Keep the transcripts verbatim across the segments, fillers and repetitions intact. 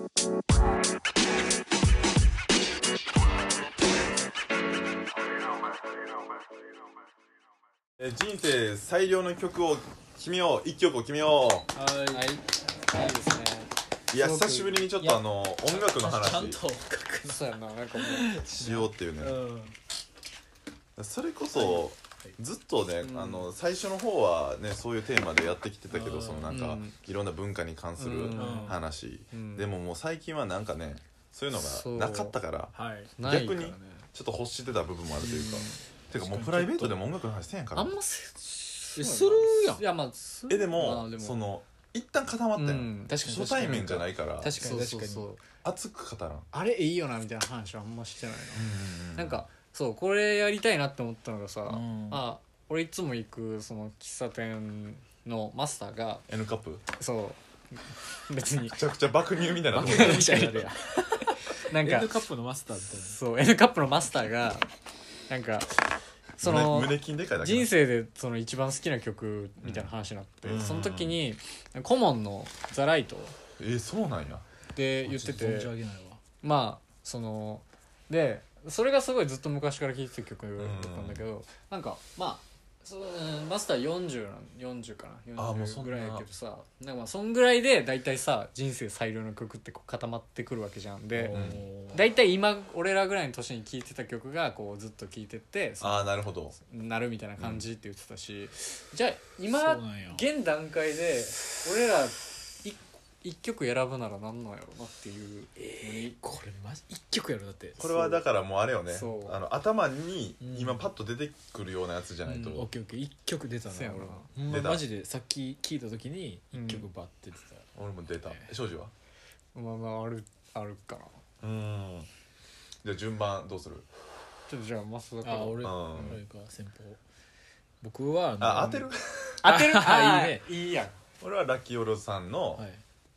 え人生最良の曲を決めよう、一曲を決めよう。 はい、はい、いいですね。 いや久しぶりにちょっとあの音楽の話ちゃんとそうやな、なんかもうしようっていうね、 うん、 それこそずっとね、うん、あの最初の方はねそういうテーマでやってきてたけど、そのなんか、うん、いろんな文化に関する話、うん、でももう最近はなんかねそういうのがなかったから、はい、逆にちょっと欲してた部分もあるというか、うん、てかもうプライベートでも音楽の話せんやんからあんまするやん。いやまあえでも、でもその一旦固まったよ、うん、 確かに初対面じゃないから確かに確かにそうそうそう熱く語らんあれいいよなみたいな話はあんましてないな、うんうんうん、なんかそうこれやりたいなって思ったのがさ、うん、あ俺いつも行くその喫茶店のマスターが N カップそう別にめちゃくちゃ爆乳みたいなところみたいなるやなんか N カップのマスターみたいなそう N カップのマスターがなんかその胸筋でかいだけ人生でその一番好きな曲みたいな話になって、うん、その時に顧問のザ・ライトえー、そうなんやって言っててまあそのでそれがすごいずっと昔から聴いてた曲だったんだけど、うん、なんかまあそマスターよんじゅう、よんじゅうかなよんじゅうぐらいやけどさなんかまあそんぐらいで大体さ人生最良の曲ってこう固まってくるわけじゃんで、うん、大体今俺らぐらいの年に聴いてた曲がこうずっと聴いてってああなるほどなるみたいな感じって言ってたし、うん、じゃあ今現段階で俺ら一曲選ぶなら何なんやろなっていう、 えー、これマジ一曲やろだってこれはだからもうあれよねあの頭に今パッと出てくるようなやつじゃないと、うん、 オッケーオッケー一曲出たな俺マジでさっき聞いた時に一曲バッて出てた、 うん、俺も出た庄司はまあまああるあるかなうんじゃあ順番どうするちょっとじゃあマスだからあ俺、うん、俺か先方僕はあ当てる当てるあいいねいいやん俺はラッキーオロさんの、はい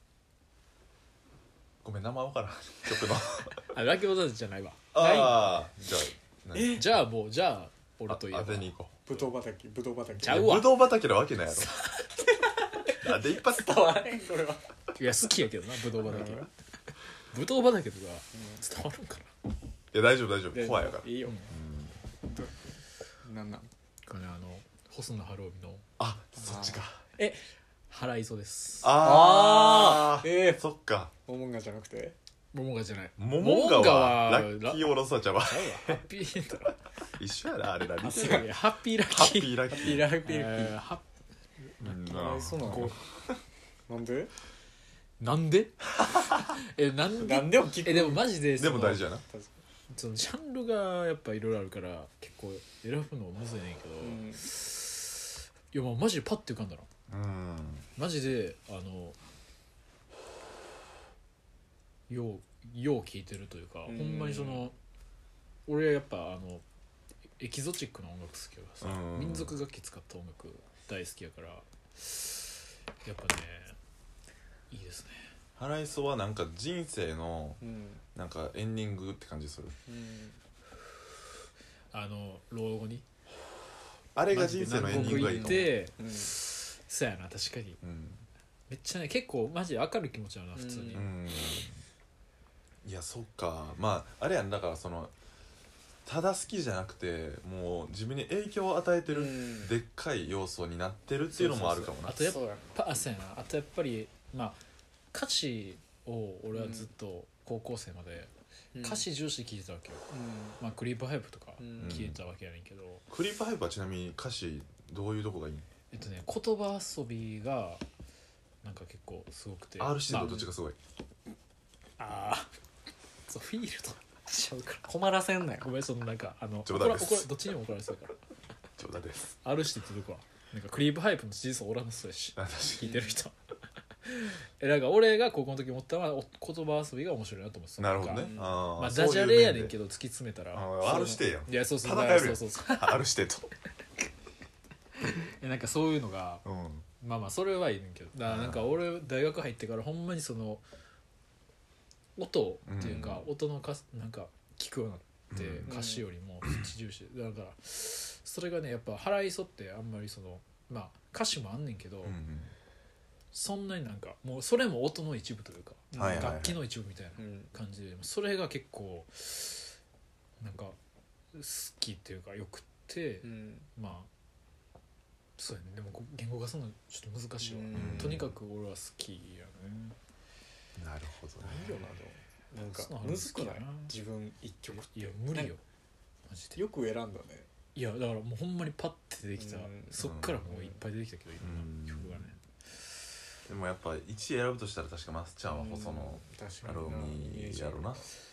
ごめん名前分からん曲のあラッキーオロじゃないわああじゃあえじゃあもうじゃあ俺と言えば当てに行こうぶどう畑ぶどう畑ちゃうわぶどう畑なわけないやろなんで一発伝わらへんこれはいや好きやけどなぶどう畑ぶどう畑とか伝わるんかないや大丈夫大丈夫怖いやからいいよ、 うん、なんなんこれあの細野晴臣のあそっちかえ原磯ですああえー、 そっかモモンガじゃなくてモモンガじゃないモモンガはラッキーオロサちゃうわハッピーエンド一緒やなあれらハッピーラッキーハッピーラッキーラッキーラッキーハッピーそうなのなんでなんでえなんでなんでも聞くえでもマジででも大事やなそのジャンルがやっぱいろいろあるから結構選ぶのむずいねんけど、うん、いやもうマジでパッて浮かんだなうんマジであのようよう聴いてるというか、うん、ほんまにその俺やっぱあのエキゾチックな音楽好きやからさ、うん、民族楽器使った音楽大好きやからやっぱねいいですね原磯はなんか人生のなんかエンディングって感じする、うん、 あの老後にあれが人生のエンディングがいいと思う、うん、そうやな確かに、うん、めっちゃね結構マジで明るい気持ちあるな普通に、うん、 いやそっかまああれやんだからそのただ好きじゃなくてもう自分に影響を与えてるでっかい要素になってるっていうのもあるかもな。 あとやっぱあそうやなあとやっぱりまあ歌詞を俺はずっと高校生まで歌詞重視で聴いてたわけよ、うん、まあクリープハイプとか聴いてたわけやねんけど、うん、 クリープハイプはちなみに歌詞どういうとこがいいの？ えっとね言葉遊びがなんか結構すごくてアールシー とどっちがすごい？ ああそうフィールドちゃうから困らせんなよごめんそのなんかあの冗談です怒らどっちにも怒られそうやから冗談ですアールシー ってどこはなんかクリープハイプの事実おらなそうやし聞いてる人えなんか俺が高校の時思ったのは言葉遊びが面白いなと思ってた。 なるほどね。 あまあダジャレやねんけど突き詰めたらあるしてやん。 いやそうそう戦えるやん。 そうそうそうあるしてとえなんかそういうのが、うん、まあまあそれはいいねんけどだからなんか俺大学入ってからほんまにその音っていうか、うん、音のかなんか聞くようになって、うん、歌詞よりもそっち重視だからそれがねやっぱ原磯ってあんまりそのまあ歌詞もあんねんけど、うんそんなになんかもうそれも音の一部というか、 はいはいはい楽器の一部みたいな感じで、それが結構なんか好きっていうかよくて、うん、まあそうやね。でも言語化するのちょっと難しいわ、うん、とにかく俺は好きやね。 なるほどね。 いいよな。でもなんかむずくない？自分一曲。 いや無理よマジで。よく選んだね。 いやだからもうほんまにパッて出てきた、うん、そっからもういっぱい出てきたけど、いろんな曲がね。 でもやっぱいちい選ぶとしたら確かマスちゃんはそのアロミやろな。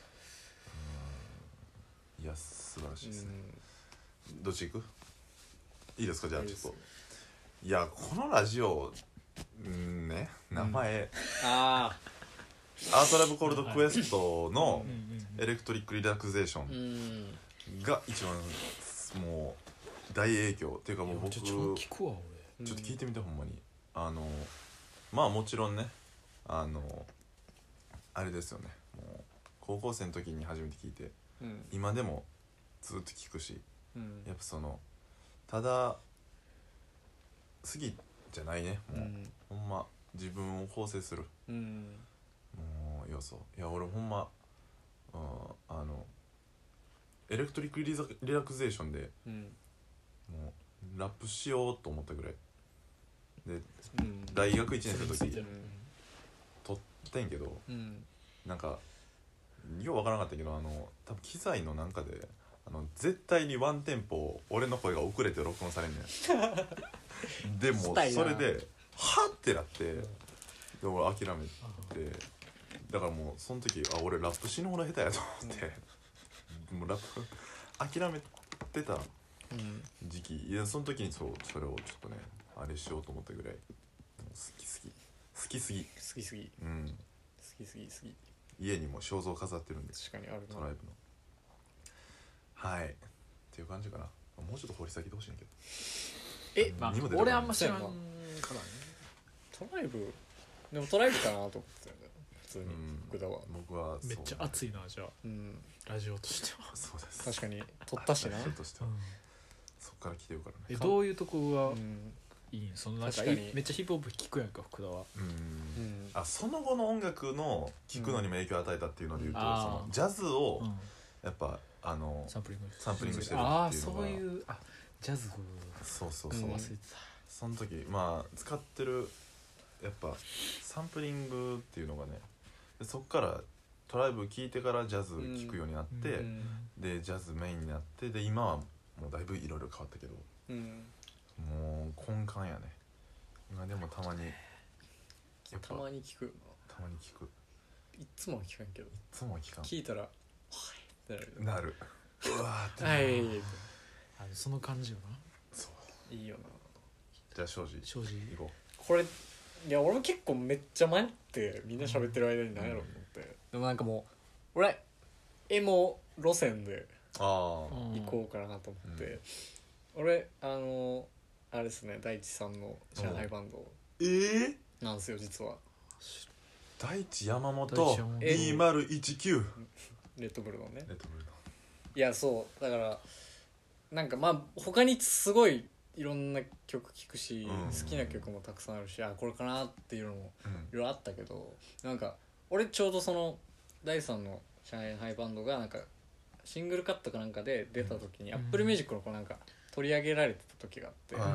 いや素晴らしいですね。どっち行く？いいですか？じゃあちょっと。いやこのラジオんね名前、うん、あアートラブコールドクエストのエレクトリックリラクゼーションが一番もう大影響っていうかもう僕ちょっと聞いてみてほんまにあのまあもちろんねあのあれですよねもう高校生の時に初めて聞いて、うん、今でもずっと聞くし、うん、やっぱそのただ好きじゃないねもう、うん、ほんま自分を構成する、うん、もう要素いや俺ほんま、うん、あのエレクトリックリラクゼーションで、うん、もうラップしようと思ったぐらいで、うん、大学いちねん生の時、うん、撮ってんけど、うん、なんかようわからなかったけどあの多分機材のなんかであの絶対にワンテンポ俺の声が遅れて録音されんねんでもそれではってなってで俺諦めてだからもうその時あ俺ラップ死ぬほど下手やと思って、うん、もうラップ諦めてた時期、うん、いやその時にそうそれをちょっとねあれしようと思ったぐらい好き好き好きすぎ好きすぎうん好きすぎ好き家にも肖像飾ってるんで確かにあるなトライブのはいっていう感じかなもうちょっと掘り下げてほしいんだけどえ、まあ、俺あんま知らんからねトライブでもトライブかなと思ってたよね普通に福田は、 うん、僕はめっちゃ熱いなじゃあ、うん、ラジオとしてはそうです確かに撮ったしなラジオとしては、うん、そっから来てるからねえどういうとこが、うんいいそんな確かにめっちゃヒップホップ聴くやんか福田はうん、うん、 あその後の音楽の聴くのにも影響を与えたっていうので言うと、うん、そのジャズをやっぱあのサンプリングサンプリングしてるっていうのがあそういうあジャズそうそうそう、 忘れてたその時まあ使ってるやっぱサンプリングっていうのがねでそっからトライブ聴いてからジャズ聴くようになって、うん、でジャズメインになってで今はもうだいぶいろいろ変わったけど、うんもう根幹やね今でもたまにやっぱたまに聞くたまに聞くいつもは聞かんけどいつもは聞かん聞いたらはいってなるなるうわーってはいあその感じよなそういいよなじゃあ庄司庄司行こうこれいや俺も結構めっちゃ迷ってみんな喋ってる間に何やろうと思って、うん、でもなんかもう俺エモ路線で行こうかなと思って、うん、俺あのあれですね大地さんの上海バンドえー、 なんですよ実は大地山本にまるいちきゅうレッドブルのねレッドブルのいやそうだからなんかまあ他にすごいいろんな曲聴くし、うん、好きな曲もたくさんあるしあこれかなっていうのもいろいろあったけど、うん、なんか俺ちょうどその大地さんの上海バンドがなんかシングルカットかなんかで出た時に、うん、Apple Music のこうなんか取り上げられてた時があって、うん、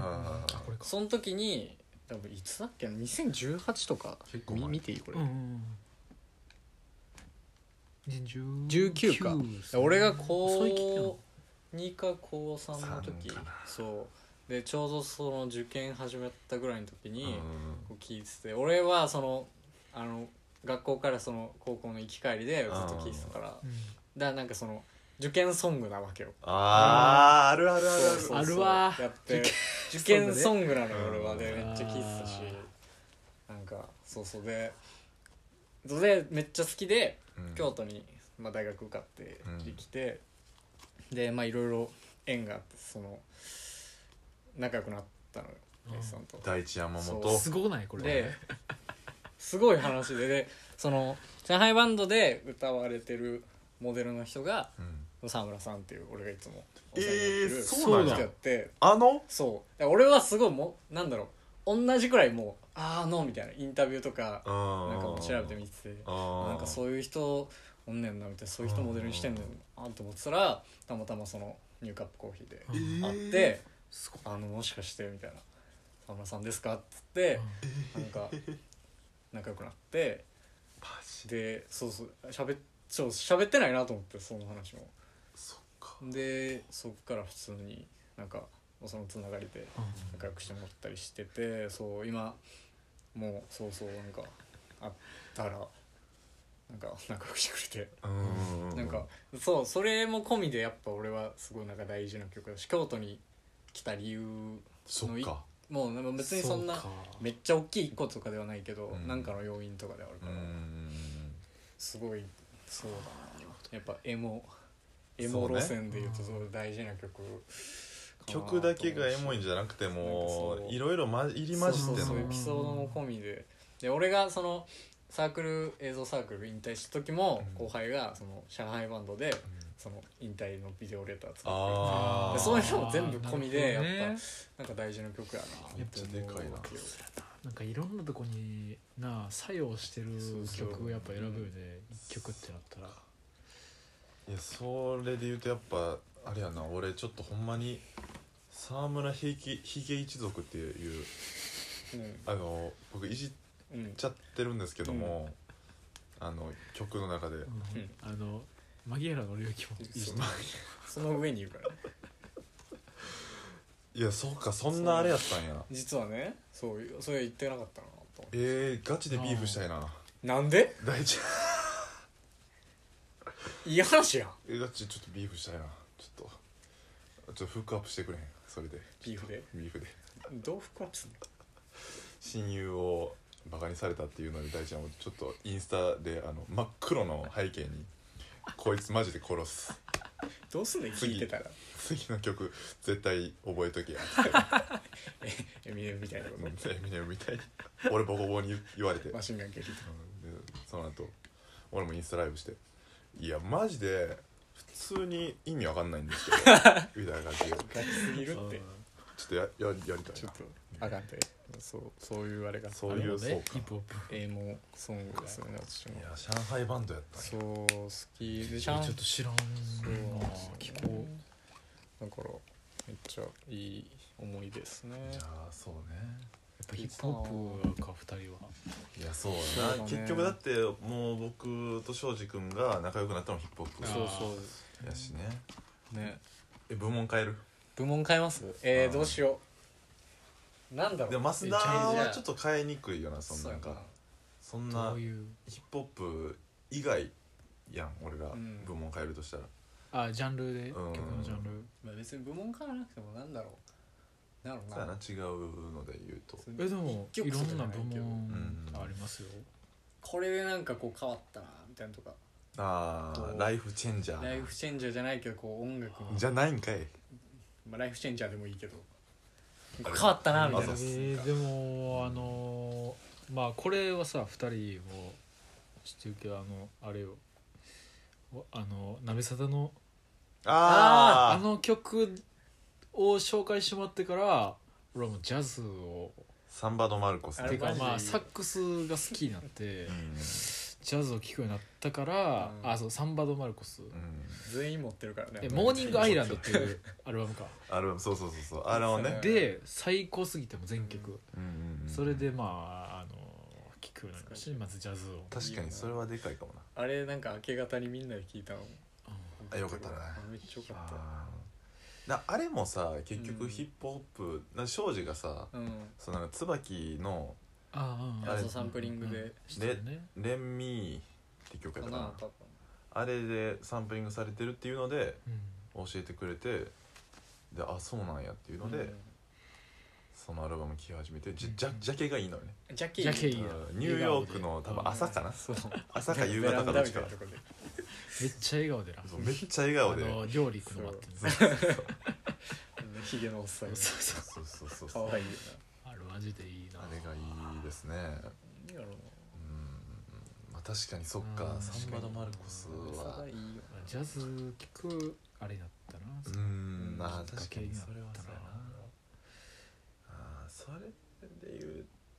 その時に多分いつだっけなにせんじゅうはちとか見ていいこれ、うん、じゅうきゅうか俺が高にか高さんの時そうでちょうどその受験始めたぐらいの時にこう聞いてて俺はそのあの学校からその高校の行き帰りでずっと聞いてたからだからなんかその受験ソングなわけよあーあるあるあるあるあるわやって受験ソングなのよ俺はでめっちゃ聴いてたしなんかそうそうでそれでめっちゃ好きで、うん、京都に、まあ、大学受かってきて、うん、でまあいろいろ縁があってその仲良くなったのよ、うん、Aさんと大地山本すごくないこれですごい話ででその上海バンドで歌われてるモデルの人が、うん、沢村さんっていう俺がいつもお世話になってる、 えー、そうなんだやってあのそう俺はすごいもなんだろう同じくらいもうあのみたいなインタビューとかななんかもう調べてみててなんかそういう人おんねんなみたいなそういう人モデルにしてんねんなと思ってたらたまたまそのニューカップコーヒーで会って、あのもしかしてみたいな沢村さんですかっつってなんか仲良くなってでそうそう喋っちょ喋ってないなと思ってその話もそっかでそっから普通になんかそのつながりで仲良くしてもらったりしててそう今もうそうそうなんかあったらなんか仲良くしてくれてうんなんかそうそれも込みでやっぱ俺はすごいなんか大事な曲だし京都に来た理由のそっかもうなんか別にそんなめっちゃ大きいこととかではないけど、うん、なんかの要因とかであるからすごいそうだなやっぱエモエモ路線でいうとすごい大事な曲曲だけがエモいんじゃなくてもいろいろ入り混じってのそうそうそうエピソードも込みでで俺がそのサークル映像サークル引退した時も後輩がその上海バンドでその引退のビデオレター作ってでそういうのも全部込みでやっぱなんか大事な曲やなめっちゃでかいななんかいろんなとこにな作用してる曲をやっぱ選ぶよね一曲ってなったらいやそれで言うとやっぱあれやな俺ちょっとほんまに沢村ひげ一族っていう、うん、あの僕いじっちゃってるんですけども、うん、あの曲の中で、うん、 あの萩原紀之もいじってその上にいるからねいやそうかそんなあれやったんや実はねそうそれ言ってなかったなとえー、ガチでビーフしたいななんで大事いい話やんえガチちょっとビーフしたいなちょっとちょっとフックアップしてくれへんそれでビーフでビーフでどうフックアップすんの親友をバカにされたっていうので大ちゃんをちょっとインスタであの真っ黒の背景にこいつマジで殺すどうすんの聞いてたら次の曲絶対覚えとけやエミネムみたいなことエミネムみたいに俺ボコボコに言われてマシンガン蹴りと、 うん、でその後俺もインスタライブしていやマジで普通に意味わかんないんですけどみたいな感じでガチすぎるってちょっとやややりたいなちょっとあかんてそうそういうあれがそういうそうかヒップホップエモソングですよね私もいや上海バンドやったそう好きでちょっと知らんな聞こうだからめっちゃいい思いですねじゃあそうねやっぱヒップホップかふたりはいやそうやな、ね、結局だってもう僕と庄司君が仲良くなったのもヒップホップそうそうやしねねえ部門変える部門変えますえー、どうしようなんだろうでも増田はちょっと変えにくいよなそんなんかそんなどういうヒップホップ以外やん俺が部門変えるとしたら、 うん、あジャンルで、うん、曲のジャンル、 まあ、別に部門変わらなくてもなんだろうなるほどなそうやな違うので言うとえでもいろんな部門ありますよ、うん、 これでなんかこう変わったなみたいなとかああライフチェンジャーライフチェンジャーじゃないけどこう音楽のじゃないんかい、 まあ、ライフチェンジャーでもいいけど変わったなみたいな、 えー、でもあのー、まあこれはさふたりも知ってるけどあのあれよあの鍋さだのああの曲を紹介してもらってから俺はもうジャズをサンバド・マルコスてかまあサックスが好きになって、うん、ジャズを聴くようになったから、うん、あそうサンバド・マルコス、うん、 全員持ってるからねモーニングアイランドっていうアルバムかアルバムそうそうそうそうあれをねで最高すぎても全曲、 うんうんうん、 それでまああの聴くようになりましたしまずジャズを確かにそれはでかいかもなあれなんか明け方にみんなで聴いたの、 うん、あよかったねめっちゃよかったなあれもさ結局ヒップホップ、うん、庄司がさ、うん、そのなんか椿のあああれサンプリングで 「レンミー」って曲やったかなあれでサンプリングされてるっていうので、うん、教えてくれてであそうなんやっていうので、うん、そのアルバム聴き始めてジャ、ジャ、ジャケがいいのよねジャケいい、 いいニューヨークの多分朝かな朝か夕方かどっちかめっちゃ笑顔でなめっちゃ笑顔であの料理行くの待ってるヒゲのおっさんそうそうそうそうかわいいよなあれマジでいいなあれがいいですねいいやろうなうんまあ確かにそっかサンバド・マルコスはいいよジャズ聴くあれだったなうんあ確かにそれはそうやなあそれで言う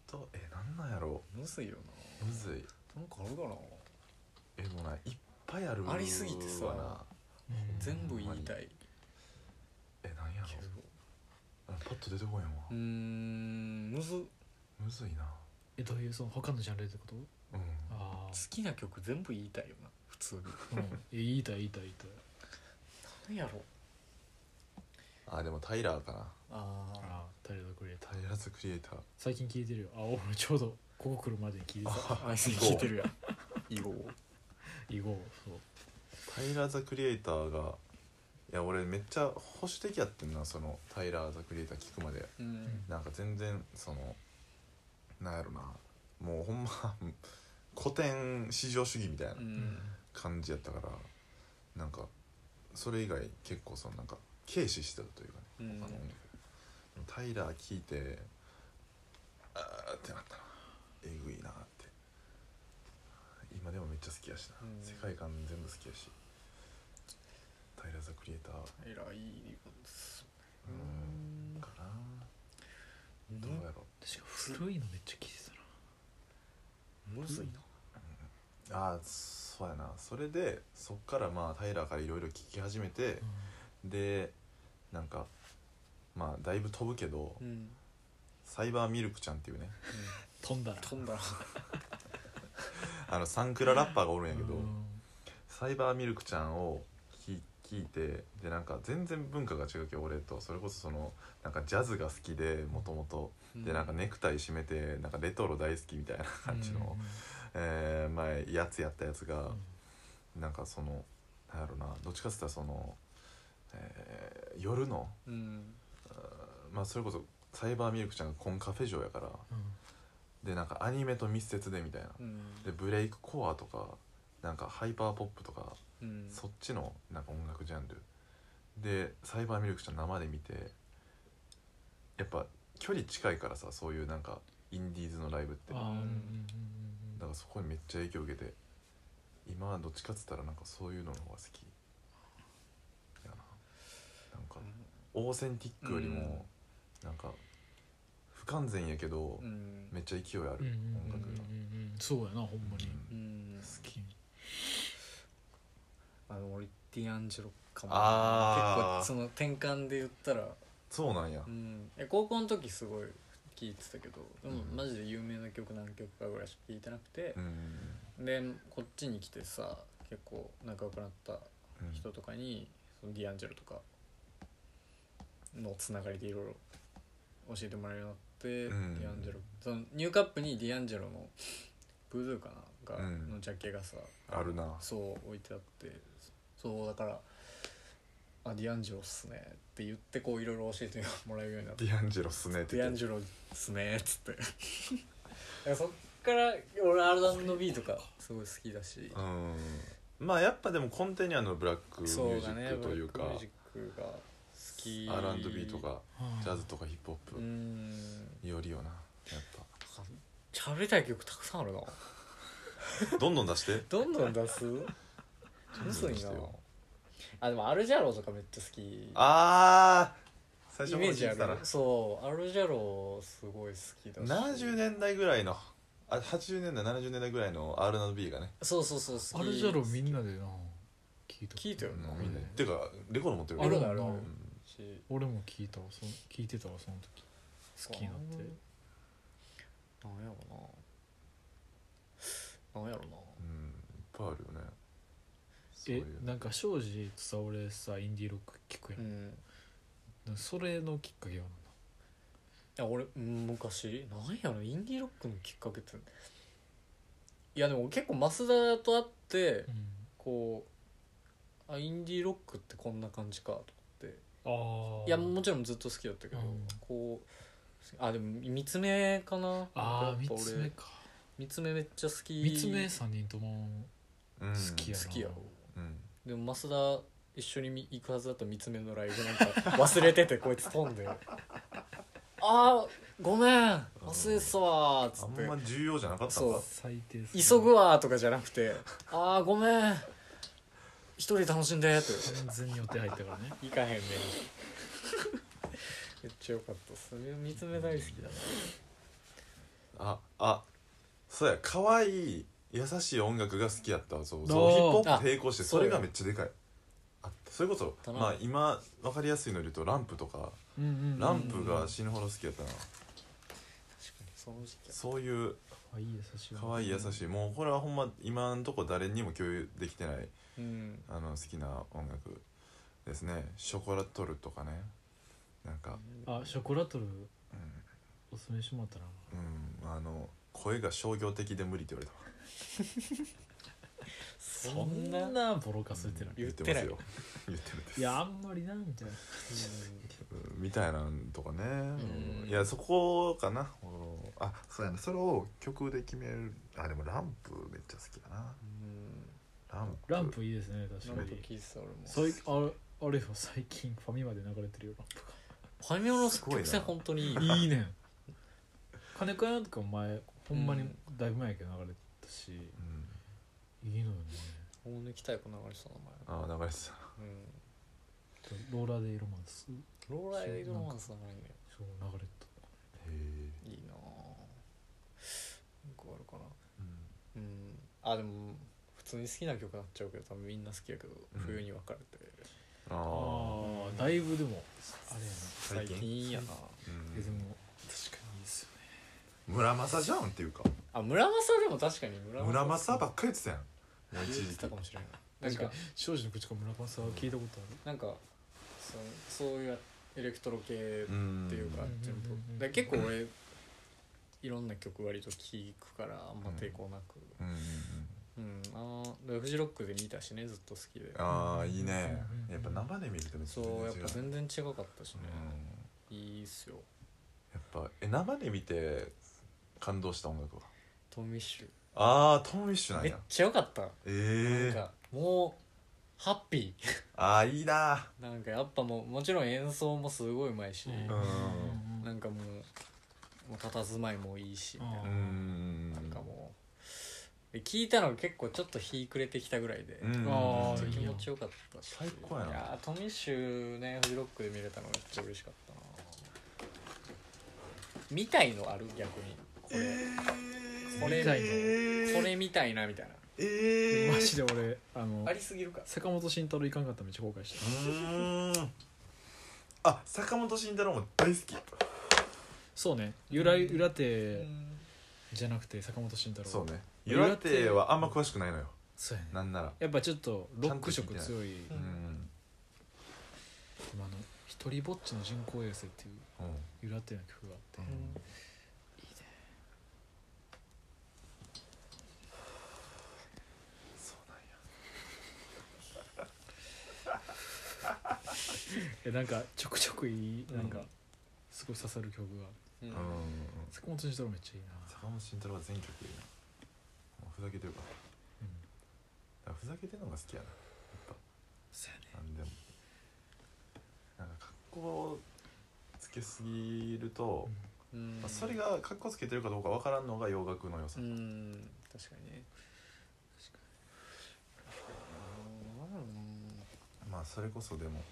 とえなんなんやろむずいようむずいな。なんかあるかな。 えもうないっぱいあるありすぎてさわな全部言いたいえなんやろけど。 あパッと出てこんやんわうーんむず。 むずいなえどういうその他のジャンルってこと？ うんあ好きな曲全部言いたいよな普通に。 あ、うん、え言いたい言いたい言いたい。 何やろ。 あでもタイラーかなああああタイラー・クリエイタータイラーズクリエイター最近聞いてるよ。あ俺ちょうどここ来るまでに聞いてた。 あ聞いてるやん。囲碁以後そうタイラーザクリエイターがいや俺めっちゃ保守的やってんなそのタイラーザクリエイター聞くまでうんなんか全然そのなんやろなもうほんま古典至上主義みたいなうん感じやったからなんかそれ以外結構そのなんか軽視してたというかね、 うん他の音楽タイラー聞いてあーってなったなえぐいなって今でもめっちゃ好きやしな、 うん世界観全部好きやしタイラーザクリエイターえらいですうんかなどうやろ確か古いのめっちゃ聞いてたな。 むずいな。 ああそうやなそれでそっからまあタイラーからいろいろ聞き始めて、でなんかまあだいぶ飛ぶけど、 うんサイバーミルクちゃんっていうね飛んだな飛んだな。 あのサンクララッパーがおるんやけど、 うんサイバーミルクちゃんを聞聞いてでなんか全然文化が違うけど俺とそれこそそのなんかジャズが好きでもともとでなんかネクタイ締めてなんかレトロ大好きみたいな感じの、えー前やつやったやつがなんかそのなんやろなどっちかって言ったらその、えー夜のうんまあそれこそサイバーミルクちゃんがコンカフェ嬢やからでなんかアニメと密接でみたいなうんでブレイクコアとかなんかハイパーポップとかうんそっちのなんか音楽ジャンルでサイバーミルクちゃん生で見てやっぱ距離近いからさそういうなんかインディーズのライブってだかあーうんうんうんらそこにめっちゃ影響を受けて今はどっちかっつったらなんかそういうのの方が好きやななんかオーセンティックよりもなんか不完全やけどうんめっちゃ勢いあるうんうん音楽がうんうんうんそうやなほんまにうんうん好き。 あの俺ディアンジェロかも。 あー結構その転換で言ったら、 そうなんやうん、え高校の時すごい聴いてたけどでもうんマジで有名な曲何曲かぐらいしか聴いてなくてう、んでこっちに来てさ結構仲良くなったうん人とかにそのディアンジェロとかのつながりでいろいろ教えてもらえるようになって、 うんディアンジェロそのニューカップにディアンジェロのブルーかなが、 うんのジャケがさあるなそう置いてあってそうだからあディアンジェロっすねって言ってこういろいろ教えてもらえるようになってディアンジェロっすねって言ってディアンジェロっすねっつってだからそっから俺 アールアンドビー とかすごい好きだし、 うんまあやっぱでも根底にあのブラックミュージそうだねックというかブラックミュージックが好きアールアンドビー とかうんジャズとかヒップホッうプんよりよなやっ喋りたい曲たくさんあるなぱどんどん出してどんどん出すむずいなあでもアルジャロとかめっちゃ好きあー最初イメージあの方聞いてたなるそうアルジャロすごい好きだしななじゅうねんだいぐらいのあはちじゅうねんだいななじゅうねんだいぐらいの アールアンドビー がねそうそうそう好きアルジャロみんなでな聞いた聞いたよなみんなてかレコード持ってるあるあるあるあるあるうんし俺も聞いたわそ聞いてたわその時好きになってなんやろななんやろなうんいっぱいあるよねそういえうなんか庄司とさ俺さインディーロック聞くや、 うんんそれのきっかけはいや俺うん昔なんやろインディーロックのきっかけっていやでも結構増田と会って何なこうあインディーロックってこんな感じかと思っての、ああいやもちろんずっと好きだったけど、 うんこうあでも三つ目かなああ三やっぱ俺つ目か三つ目めっちゃ好き三つ目三人ともうん好きやな好きやろうんでも増田一緒に行くはずだった三つ目のライブなんか忘れててこいつ飛んであーごめん忘れてたわーっつあんってま重要じゃなかったんそうだ最低す急ぐわーとかじゃなくてあーごめん一人楽しんでって完全に予定入ったからね行かへんねめっちゃよかったそれ三つ目大好きだああそうや可愛い優しい音楽が好きやったわ。そうそうあーヒップホップ並行してそうやそれがめっちゃでかいあったそれこそだなまあ今分かりやすいので言うとランプとかうんうんうんうんランプが死ぬほど好きやったな。 確かにその時期はそういう可愛い優しい可愛い優しいもうこれはほんま今んとこ誰にも共有できてないうんあの好きな音楽ですね。ショコラトルとかねなんかあショコラトルうんおすすめしてもらったなうんあの声が商業的で無理って言われたわ。 そそんんななボロカス言ってない言ってないますよ言ってるんですいやあんまりなみたいなうんみたいなんとかね、 うんいやそこかなあそうやなそれを曲で決めるあでもランプめっちゃ好きだなランプランプいいですね確かにランプ聞いてた俺も最あれあれよ最近ファミマで流れてるよランプファミマのすごいな曲線本当にいいがいいねん金子屋とか前ほんまにだいぶ前やけど流れたし、 うん、 いいのよね大貫妙子流れてた名前あ流れてたうんローラーでロマンスローラーエイドロマンス流れんねそう流れてたへえ、 いいなぁよくあるかなうんうんあでも普通に好きな曲なっちゃうけど多分みんな好きやけど、 うん冬に別れてあああだいぶでもあれやな最近いいやなうんえでも確かにいいですよね村正じゃんっていうかあ村正でも確かに村村正ばっかり言ってたやんもう言って一時期たかもしれないなんか確かに庄司の口から村正は聞いたことあるなんかそそういうエレクトロ系ってうんいうかうん全部うんうんうんだから結構俺いろんな曲割と聴くからあんま抵抗なくうんうんうんうんあーでフジロックで見たしねずっと好きでああいいねうんやっぱ生で見るとめっちゃそうやっ違ぱ全然違かったしねうんいいっすよやっぱえ生で見て感動した音楽はトミッシュああトム・ウィッシュなんめっやちゃ良かったええなんかもうハッピああいいなーなんかやっぱもうもちろん演奏もすごいうまいし、 うんなんかもうもう佇まいもいいしみたいなう、んなんかもうで聞いたのが結構ちょっと日暮れてきたぐらいで、 うんあーめっちゃ気持ちよかったし最高やないやートミッシュねフジロックで見れたのめっちゃ嬉しかったなみたいのある逆にこれ、これみたいのこれみたいなみたいなええマジで俺あのありすぎるか坂本慎太郎いかんかったらめっちゃ後悔したうーんあ坂本慎太郎も大好きそうね由来裏手うんじゃなくて坂本慎太郎そうねゆらてはあんま詳しくないのよそうやねなんならやっぱちょっとロック色強いうん今あの一人ぼっちの人工衛星っていううん由来手の曲があって、 うんえなんかちょくちょくいいうんなんかすごい刺さる曲がうんうん坂本慎太郎めっちゃいいな、 坂本慎太郎は全曲いいなもうふざけてるからうん、 だからふざけてるのが好きやなやっそうやねぱなんでもなんか格好つけすぎると、 うんまあ、それが格好つけてるかどうかわからんのが洋楽の良さ、 うん確かにね確かになんだろうなまあそれこそでも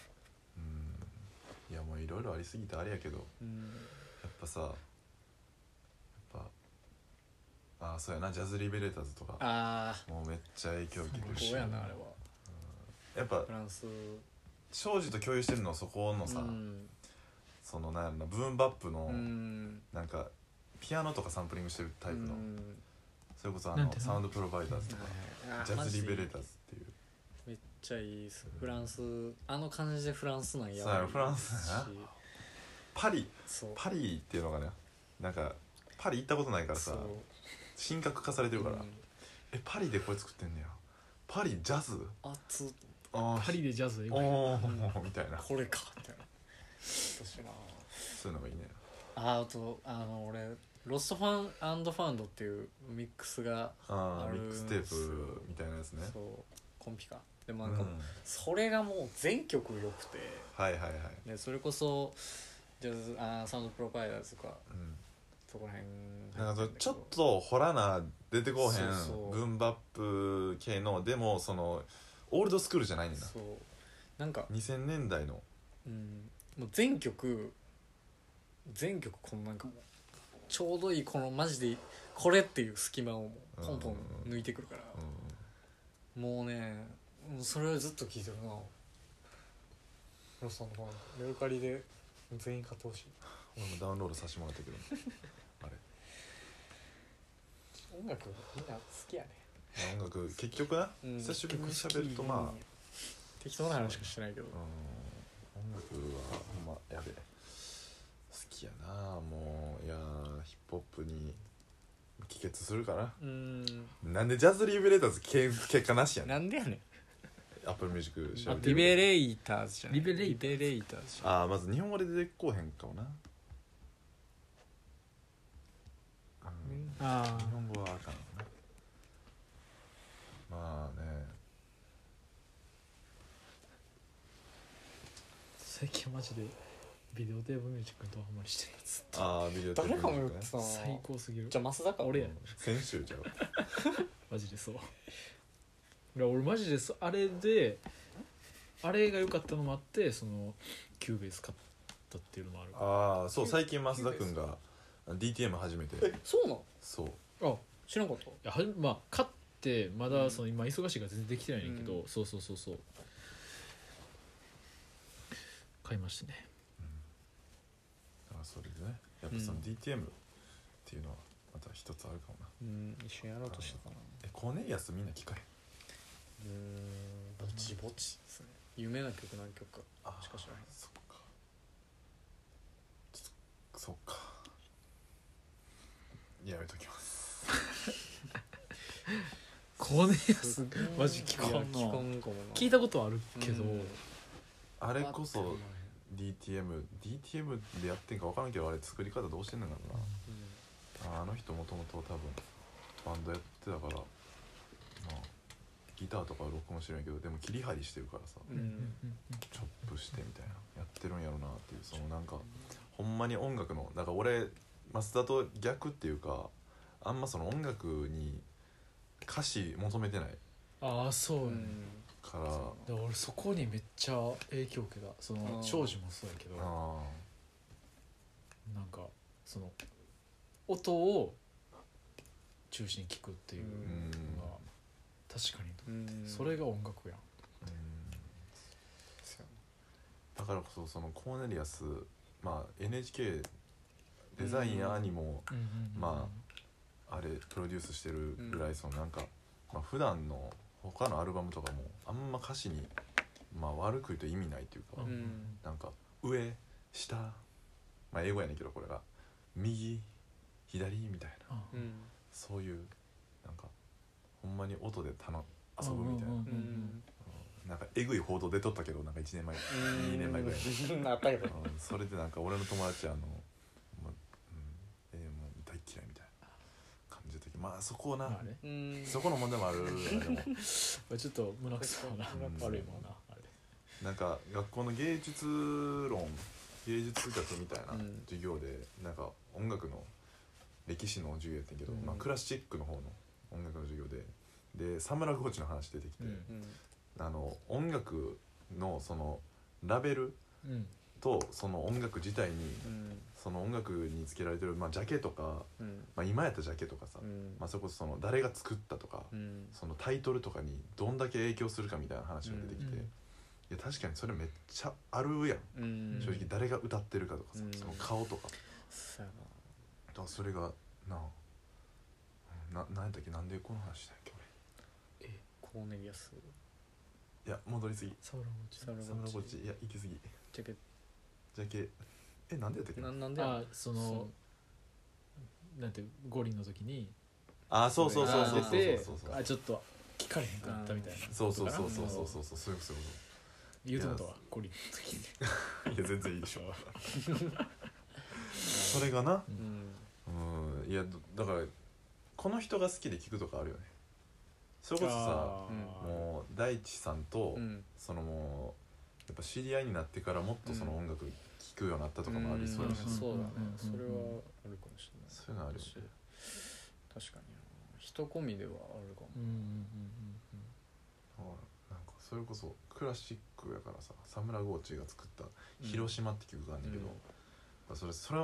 うんいやもういろいろありすぎてあれやけどうんやっぱさやっぱああそうやなジャズリベレーターズとかあもうめっちゃ影響を受けてるしあこうやなあれはやっぱフランス庄司と共有してるのはそこのさ、 うんそのなんやろなブーンバップのうんなんかピアノとかサンプリングしてるタイプの、 うんそれこそあなんてなのサウンドプロバイダーズとかあジャズリベレーマターズっていうジでめっちゃいいっすフランスあの感じでフランスなんやそうやフランスやなしパリそうパリっていうのがねなんかパリ行ったことないからさそう神格化されてるから、 うんえパリでこれ作ってんねやパリジャズ熱っあーパリでジャズでおーみたいなこれかみたいな私なそういうのがいいねああとあの俺ロストファンアンドファウンドっていうミックスがああるーミックステープみたいなやつねそうコンピかでもうなんんかそれがもう全曲良くてはいはいはい、 でそれこそジャズあーサウンドプロバイダーズとかうん、 そこら辺なんかちょっとホラな出てこうへんそうそうブンバップ系のでもそのオールドスクールじゃないねんなそうなんか、 にせんねんだいのうん、もう全曲全曲このなんかもうちょうどいいこのマジでこれっていう隙間をもうポンポン抜いてくるから、うん、もうねそれをずっと聞いてるな。ロスさんのファンメルカリで全員買ってほしい。 俺もダウンロードさせてもらったけどあれ音楽みんな好きやね。 音楽結局な、うん、久しぶりに喋るとまあ適当な話しかしてないけど、うん、 音楽はほんまやべえ好きやな。もういやヒップホップに帰結するかな。うんなんでジャズリベレーターズ結果なしやねん。 なんでやねん。 アップルミュージック調べてリベレーターズじゃん。リベレーターズじゃん。 ああまず日本語で出てこうへんかもな。うん、あ日本語はあかんな。まあね最近マジでビデオテープミュージックにドハマりしてるやつ。 ああビデオテープミュージック、ね、 誰かも言ってたな。 最高すぎる。 じゃあ増田か俺や、うん、 先週じゃんマジでそう。いや俺マジでそあれであれが良かったのもあってそのキューベース買ったっていうのもある。 ああそう最近増田君が ディーティーエム 始めて。 えそうなの。 そうあ知らんかった。いやはまあ買ってまだその今忙しいから全然できてないんだけど、うん、そうそうそうそう買いましたね。 うん、だからそれでねやっぱその ディーティーエム っていうのはまた一つあるかもな。 うん一緒にやろうとしてたな。 えコーネリアスみんな聞かへん。 うーんぼちぼちですね。有名な曲何曲かしか知らへん。 そっかそっかやめときますコーネリアスマジ聞かんな。聞いたことあるけど、うん、 あれこそ ディーティーエム ディーティーエム でやってんか分からんけどあれ作り方どうしてんのかな、うん、あ, あの人もともと多分バンドやってたからまあギターとかは録音してるんやけどでも切り張りしてるからさ、うん、チョップしてみたいなやってるんやろなっていうそのなんかほんまに音楽のだから俺増田と逆っていうかあんまその音楽に歌詞求めてない。 ああそう、ね、 からだから俺そこにめっちゃ影響を受けた。その庄司もそうやけどなんかその音を中心に聴くっていうのが確かにそれが音楽やん。 だからこそそのコーネリアスまあ エヌエイチケー デザイナーにもまああれプロデュースしてるぐらいそのなんかまあ普段の他のアルバムとかもあんま歌詞にまあ悪く言うと意味ないというかなんか上下まあ英語やねんけどこれが右左みたいなそういうなんかほんまに音でたの遊ぶみたいな、うんうん、なんかえぐい報道出とったけどなんかいちねんまえにねんまえぐらいにあったけど、 うん、それでなんか俺の友達あの、まうんえー、もう大嫌いみたいな感じの時まあそこをな、まあね、そこの問題もあるでもちょっと胸くそな悪いもんなあれなんか学校の芸術論芸術学みたいな授業でなんか音楽の歴史の授業やってんけど、うんまあ、クラシックの方の音楽の授業ででサムラゴーチの話出てきて、うん、あの音楽のそのラベルとその音楽自体に、うん、その音楽につけられてる、まあ、ジャケとか、うんまあ、今やったジャケとかさ、うんまあ、それこそその誰が作ったとか、うん、そのタイトルとかにどんだけ影響するかみたいな話が出てきて、うん、いや確かにそれめっちゃあるやん、うん、正直誰が歌ってるかとかさ、うん、その顔とか、そうやなだからそれがなななんやったっけなんでこの話したっけ俺えコーネリアスいや戻りすぎサムラゴチサムラゴチいや行き過ぎジャケジャケえなんでやったっけななんであそのなんて五輪の時にあそうそうそうそうそうそうあちょっと聞かれへんくなったみたいなそうそうそうそうそうそうそうそういうこと言うとことは五輪の時にいや全然いいでしょそれがなうん、うん、いやだからこの人が好きで聞くとかあるよね。それこそさ、うん、もう大地さんと、うん、そのもうやっぱ知り合いになってからもっとその音楽聴くようになったとかもありそうだし、 うん、そうだね、それはあるかもしれない。 そういうのあるよね。 確かに人込みではあるかも。うんうんうんうん、なんかそれこそクラシックやからさサムラゴーチが作った「広島」って曲があるんだけど、うん、それそれを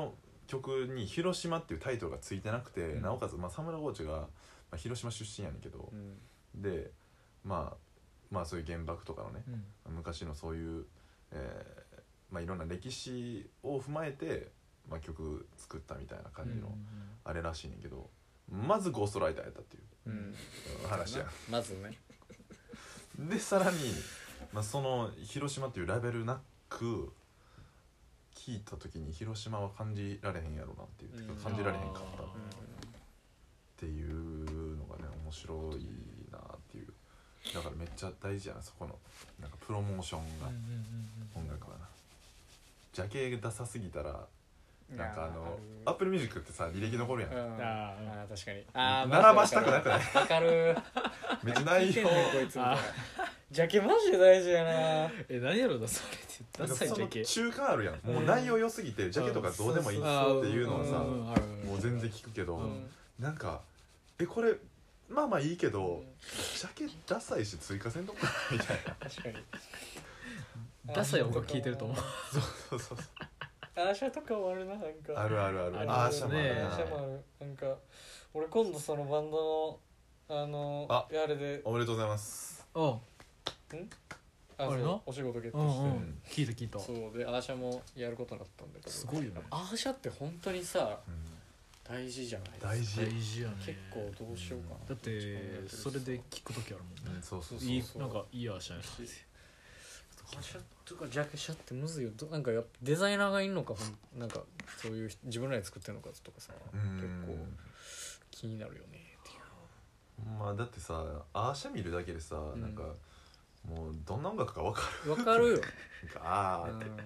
曲に広島っていうタイトルがついてなくて、 うんなおかつ、まあ、サムラゴーチが、まあ、広島出身やねんけど、 うんでまあまあそういう原爆とかのね、 うん昔のそういう、えーまあ、いろんな歴史を踏まえて、まあ、曲作ったみたいな感じのあれらしいねんけど、まずゴーストライターやったっていううん話やまずねでさらに、まあ、その広島っていうラベルなく聞いた時に広島は感じられへんやろなっていう、 うん感じられへんかったっあていうのがね面白いなっていう。だからめっちゃ大事やなそこのなんかプロモーションが、音楽はなジャケダサすぎたらなんかあのアップルミュージックってさ履歴残るやん、 うんああー確かにあー並ばしたくなくないわかるめっちゃ内容聞いてんねんこいつみたいなジャケマジで大事やなえ何やろなそれってダサいジそのャケ中間あるやんもう内容良すぎてジャケとかどうでもいいっていうのはさうんあるもう全然聞くけど、 うんなんかえこれまあまあいいけど、ジャケダサいし追加せんとこみたいな確かにダサい音楽聴いてると思うそうそうそうアーシャとかもあるななんかあるあるあるあるアーシャもあるねなアーシャもあるなんか俺今度そのバンドのあのああれでおめでとうございますうんああれなそうお仕事決定して、 うんうん聞いた聞いたそうでアーシャもやることになったんだけどすごいよねアーシャって本当にさうん大事じゃないですか大事大事やね結構どうしようかなだってそれで聞く時あるもんねうんそうそうそういいそうなんかいいアーシャやなアーシャとかジャケシャってむずいよどなんかやっぱデザイナーがいんのかほんなんかそういう自分らで作ってんのかとかさうん結構気になるよねっていうまあだってさアーシャ見るだけでさ、 んなんかもうどんな音楽か分かわかるよるなんかあーってうん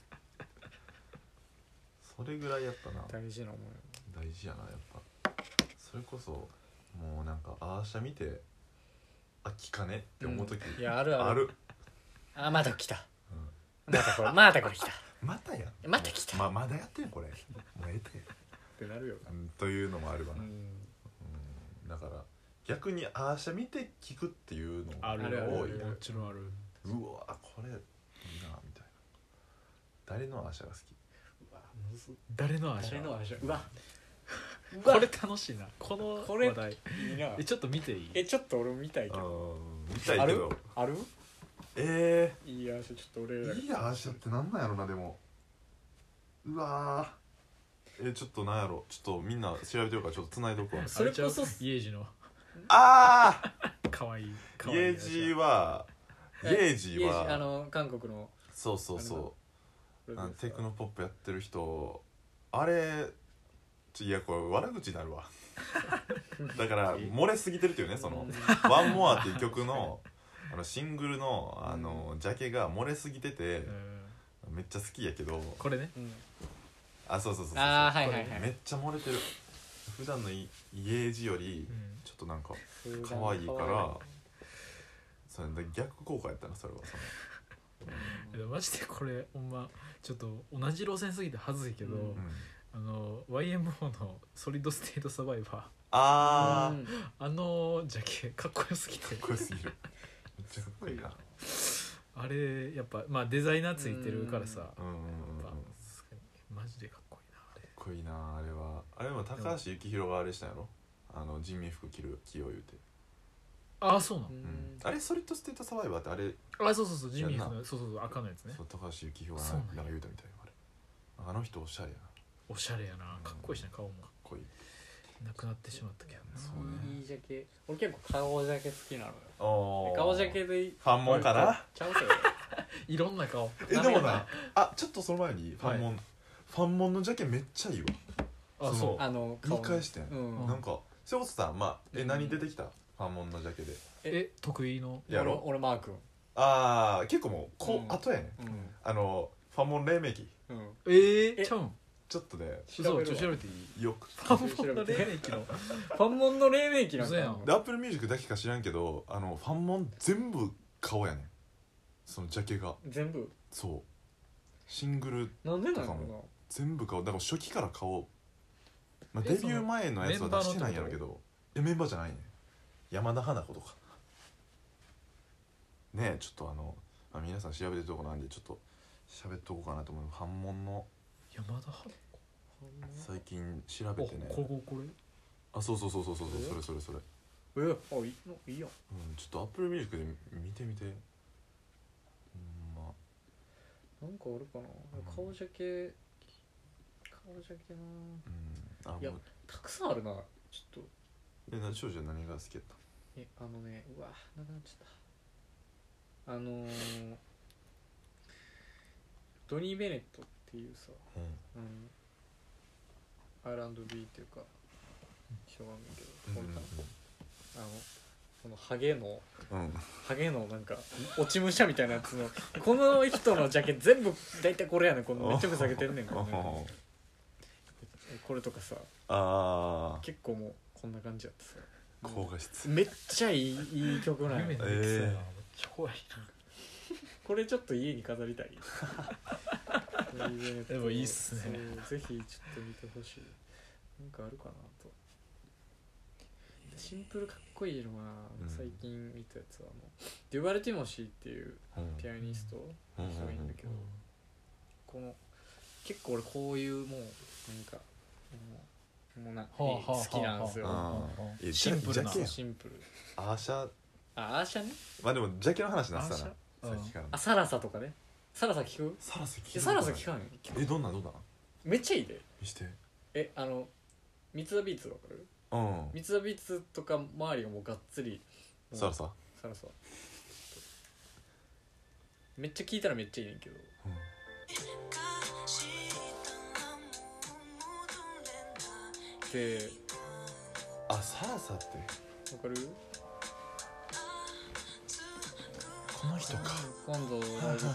それぐらいやっぱな大事なもんよ大事やなやっぱそれこそもうなんかアーシャ見てあ聞かねって思う時、 いやあるあるあるあまた来たうんまたこれまたこれ来たっまたやまた来たままだやってんこれもうええて、 てなるようん、というのもあるわな、 うんうん、だから逆にアーシャ見て聞くっていうのあるあるある多いねもちろんあるうわこれいいなみたいな誰のアーシャが好きうわむず誰のアーシャ誰のアーシャうわこれ楽しいなこのこれ話題いいなえちょっと見ていいえちょっと俺見たいけあどー見たいけどあるえいいアーシャちょっと俺らー、いいアーシャってなんなんやろなでもうわーえちょっとなんやろちょっとみんな調べてるからちょっと繋いどくわそれこそあイエージのあ可愛いー可愛いイエージはイエージイエージあはの韓国のそうそうそプロデューサーうあのテクノポップやってる人あれちいやこれ悪口になるわだから漏れすぎてるっていうねその「ワンモアっていう曲のあのシングルのあのジャケが漏れすぎててうんめっちゃ好きやけどこれねうんあそうそうそうそうああはいはいはいめっちゃ漏れてる普段のイイエージよりうんちょっとなんか可愛いからそれで逆効果やったなそれはそのえマジでこれほんまちょっと同じ路線すぎてはずいけど、 うんうんあの ワイエムオー の「ソリッドステートサバイバーあーうん」 あのジャケかっこよすぎてかっこよすぎるめっちゃかっこいいなあれやっぱまあデザイナーついてるからさ、 うんうんうんうんやっかっぱマジでかっこいいなあれこいいなあれはあれも高橋幸宏があれしたんやろあの人民服着る気を言うて、 ああそうなの、 うんうんあれソリッドステートサバイバーってあれあそうそうそうジミーやんなのそうそうそう赤のやつねそう高橋幸宏がそうなんやなんか言うたみたいよあれあの人おしゃれやなかおしゃれやなかっこいいしね顔もっこいいなくなってしまったけどなそうねいいジャケ俺結構顔ジャケ好きなのよおー顔ジャケでファンモンかなちゃうけどいろんな顔えでもなあちょっとその前にファンモン、 はファンモンのジャケめっちゃいいわあそのそうあの言い返してん、 うんなんかそれこそさまあえうん何出てきたファンモンのジャケでえ得意のやろ俺俺マー君あー結構もうこうん後やねうんあのファンモン黎明期うんえー、 えちゃうんちょっとねそう調べるわちょ調べていいよくファンモンの黎明期のファンモンの黎明期なんか嘘やんでアップルミュージックだけか知らんけどあのファンモン全部顔やねんそのジャケが全部そうシングルなんでなのかな全部顔だから初期から顔、まあ、デビュー前のやつは出してないんやろうけどえメンバーじゃないね山田花子とかねえちょっとあの、まあ、皆さん調べてるとこなんでちょっと喋っとこうかなと思うファンモンの山田花子最近調べてねこここれあそうそうそうそうそうそれそれそれえあいいのいいやんうんちょっとアップルミュージックで見てみてほんまなんかあるかな、うん、顔ジャケ顔ジャケなうんあいやもうたくさんあるなちょっとえな少女何が好きやったえあのねうわなくなっちゃったあのー、ドニー・ベネットっていうさ、 うんうんアールアンドビー っていうかしょうがないけど、 うんうんこんなあのこのハゲのうんハゲのなんか落ち武者みたいなやつのこの人のジャケ全部大体これやねんこのめっちゃふざけてんねんこのこれとかさあ結構もうこんな感じやってさあ高画質めっちゃいいいい曲なんよ夢でできそうやな、 えーめっちゃ怖いこれちょっと家に飾りたいでもいいっすねぜひちょっと見てほしいなんかあるかなとシンプルかっこいいのは、うん、最近見たやつはあのデュバル・ティモシーっていうピアニストの人がいいんだけど、うん、この結構俺こういうもうなんかもうもうな好きなんですよシンプルなシンプルアーシャあアーシャねまあでもジャケの話なってたなさっきからあサラサとかねサラサ聞くサラサ聞くサラサ聞かんえどんなんどんなんめっちゃいいで見してえあの三ツザビーツわかるうん三ツザビーツとか周りがもうがっつりサラササラサめっちゃ聞いたらめっちゃいいねんけど、うん、であサラサってわかるこの人か今度大丈夫なんです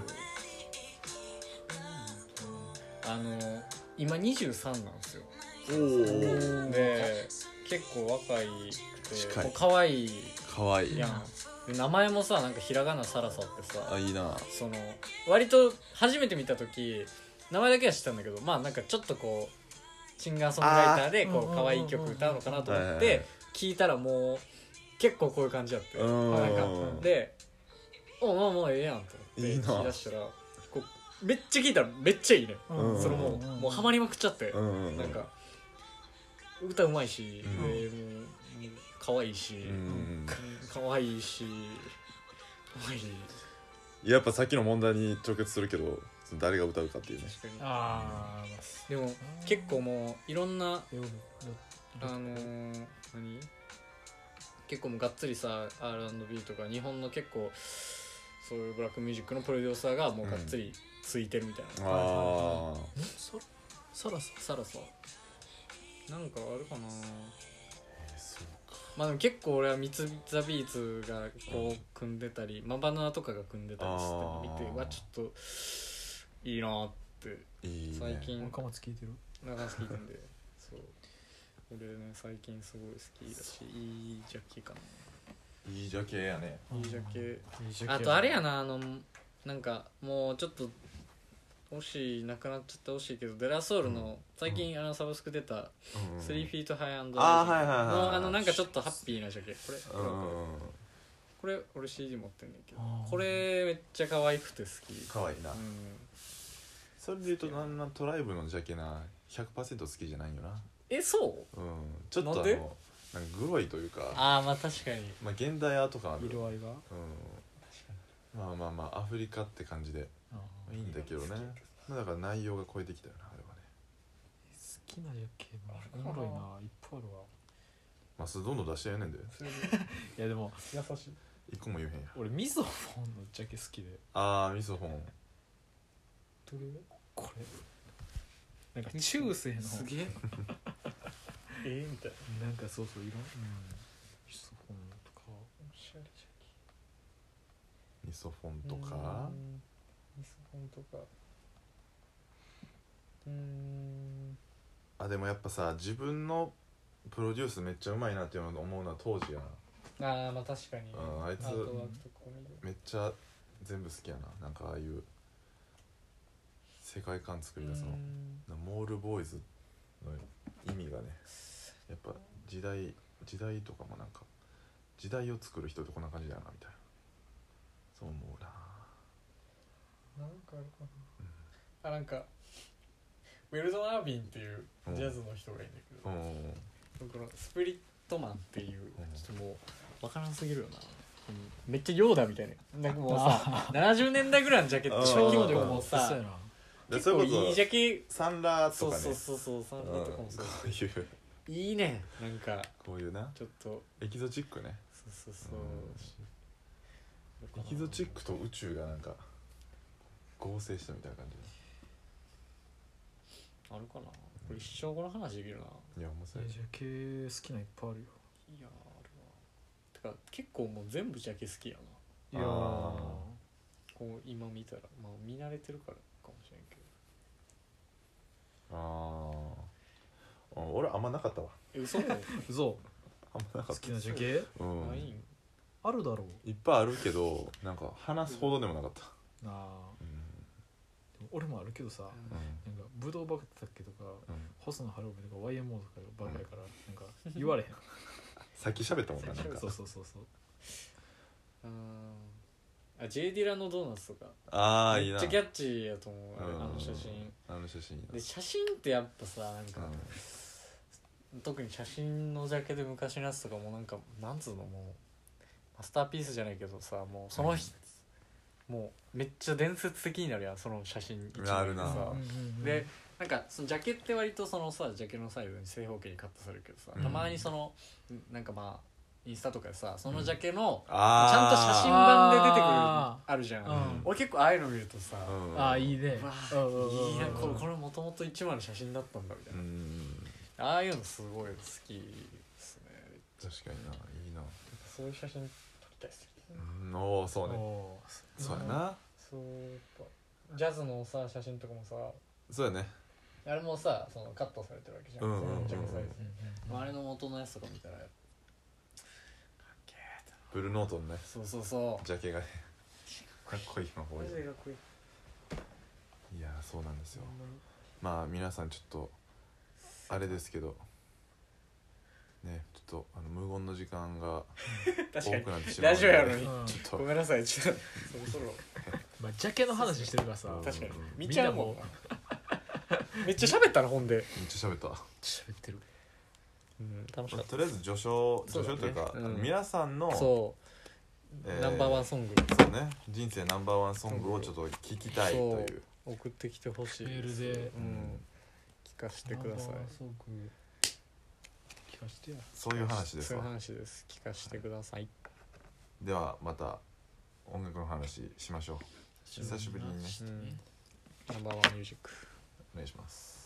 けどあの今にじゅうさんなんですよおで結構若いくて可愛いかわいいやんで名前もさなんかひらがなサラサってさあいいなその割と初めて見た時名前だけは知ったんだけどまあなんかちょっとこうシンガーソングライターでこう可愛い曲歌うのかなと思って聞いたらもう結構こういう感じだってなんかでおまあまあええやんと思って聞き出したらこうめっちゃ聞いたらめっちゃいいねうんそれもうもうハマりまくっちゃってうんなんか歌うまいし、 うんでもう可愛いし、 うん、 可愛いし可愛いやっぱさっきの問題に直結するけど誰が歌うかっていうね確かにあでも結構もういろんなあのー、何結構もうがっつりさ アールアンドビー とか日本の結構そういうブラックミュージックのプロデューサーがもうがっつりついてるみたいな、 うん、ああサラササラサなんかあるかな、 えー、そうかまあでも結構俺はミツザビーツがこう組んでたり、うん、マバナとかが組んでたりして見てわちょっといいなっていい、ね、 最近中松聞いてる中松聞いてんでそう俺ね最近すごい好きだしいいジャケかないいジャケやねいいジャケ、 いいジャケあとあれやなあのなんかもうちょっと惜しいなくなっちゃって惜しいけどデラソウルの最近あのサブスク出たスリーフィートハイアンドあはいはいはいのあのなんかちょっとハッピーなジャケこれうんこれ俺 シーディー 持ってんねんけどこれめっちゃ可愛くて好き可愛いな、うん、それで言うとなんなんトライブのジャケな ひゃくパーセント 好きじゃないよなえそう、 うん、ちょっとあのなんでなんかグロいというかああまあ確かにまあ現代アート感ある色合いが、 うん、まあまあまあアフリカって感じでいいんだけどねだから内容が超えてきたよなあれはね好きなジャケおもろいないっぱいあるわまあそれどんどん出してやねんでいやでも優しい一個も言えへんや俺ミソフォンのジャケ好きでああミソフォンどれこれなんか中世のすげええみたいななんかそうそう色、うん、ミソフォンとかおしゃれジャケミソフォンとかミソフォンとかうーんあでもやっぱさ自分のプロデュースめっちゃうまいなっていうのを思うのは当時やなああまあ確かに、 うん、あいつアートワークとか見るめっちゃ全部好きやななんかああいう世界観作り出すのモールボーイズの意味がねやっぱ時代時代とかもなんか時代を作る人ってこんな感じだよなみたいなそう思うななんかあるかな、うん、あなんかウェルドン・アービンっていうジャズの人がいるんだけど、うん、このスプリットマンっていう、ちょっともう分からんすぎるよな、うん、めっちゃヨーダみたいな、なんかもうさななじゅうねんだいぐらいのジャケット超でももうさ結構いいジャケ、 サンラーとかね、 そうそうそうそう、サンラーとかもそう、こういういいね、なんかこういうなちょっとエキゾチックね、 そうそうそう、 エキゾチックと宇宙がなんか合成したみたいな感じあるかな、これ一生この話できるな。 いや面白い、 ジャケ好きな、いっぱいあるよ。 いやあるわ、てか結構もう全部ジャケ好きやな。 いやーこう今見たらまあ見慣れてるからかもしれんけど、 ああ俺あんまなかったわ。 え嘘嘘あんまなかった。 好きなジャケうんないんあるだろう。 いっぱいあるけどなんか話すほどでもなかった、 ああ、 うんでも俺もあるけどさ、 うんなんかブドウバカけとか、 うん、 細野晴臣とか ワイエムオー とかバカやから、なんか言われへんさっき喋ったもんな、なんかそうそうそうそう。 ああ J ディラのドーナツとかああいいな、 めっちゃキャッチーやと思う、あれうんあの写真あの写真いいなで、写真ってやっぱさなんか、 う特に写真のジャケで昔のやつとかもなんかなんつうの、もうマスターピースじゃないけどさ、もうその日、うん、もうめっちゃ伝説的になるやん、その写真一枚でさ、でなんかそのジャケって割とそのさジャケのサイドに正方形にカットされるけどさ、うん、たまにそのなんかまあインスタとかでさそのジャケの、うん、ちゃんと写真版で出てくるあるじゃん、うん、俺結構ああいうの見るとさ、 うん、ああいいね、 わあいいな、これこれもともと一枚の写真だったんだみたいな、うん、ああいうのすごい好きですね。 確かにな、いいな、 そういう写真撮りたいっすね。 うん、おおそうね、そうやな、 そうやっぱジャズのさ写真とかもさ、 そうやね、 あれもさそのカットされてるわけじゃん、 うんうんうんうん、 そのサイズ、あれの元のやつとか見たらかっけーってブルーノートのね、 そうそうそうジャケがねかっこいいの多い、 マジでかっこいい。 いやそうなんですよ。まあ皆さんちょっとあれですけどね、ちょっとあの無言の時間が多くなってしまうので、 ラジオやのに、 ちょっとごめんなさい、ちょっとそろそろまあジャケの話してるからさ、 確かに見ちゃうもんなめっちゃ喋ったな、ほんでめっちゃ喋った喋ってる、 うん、楽しかった。 とりあえず序章序章というか、 うん、 皆さんのそう、えー、ナンバーワンソング、 そうね、人生ナンバーワンソングをちょっと聞きたいという送ってきてほしい、 メールで、うん、 聞かせてください。 聞かせてや、 そういう話ですわ。 そういう話です。聞かせてください。 ではまた音楽の話しましょう。久しぶりにね、 うん、ナンバーワンミュージックお願いします。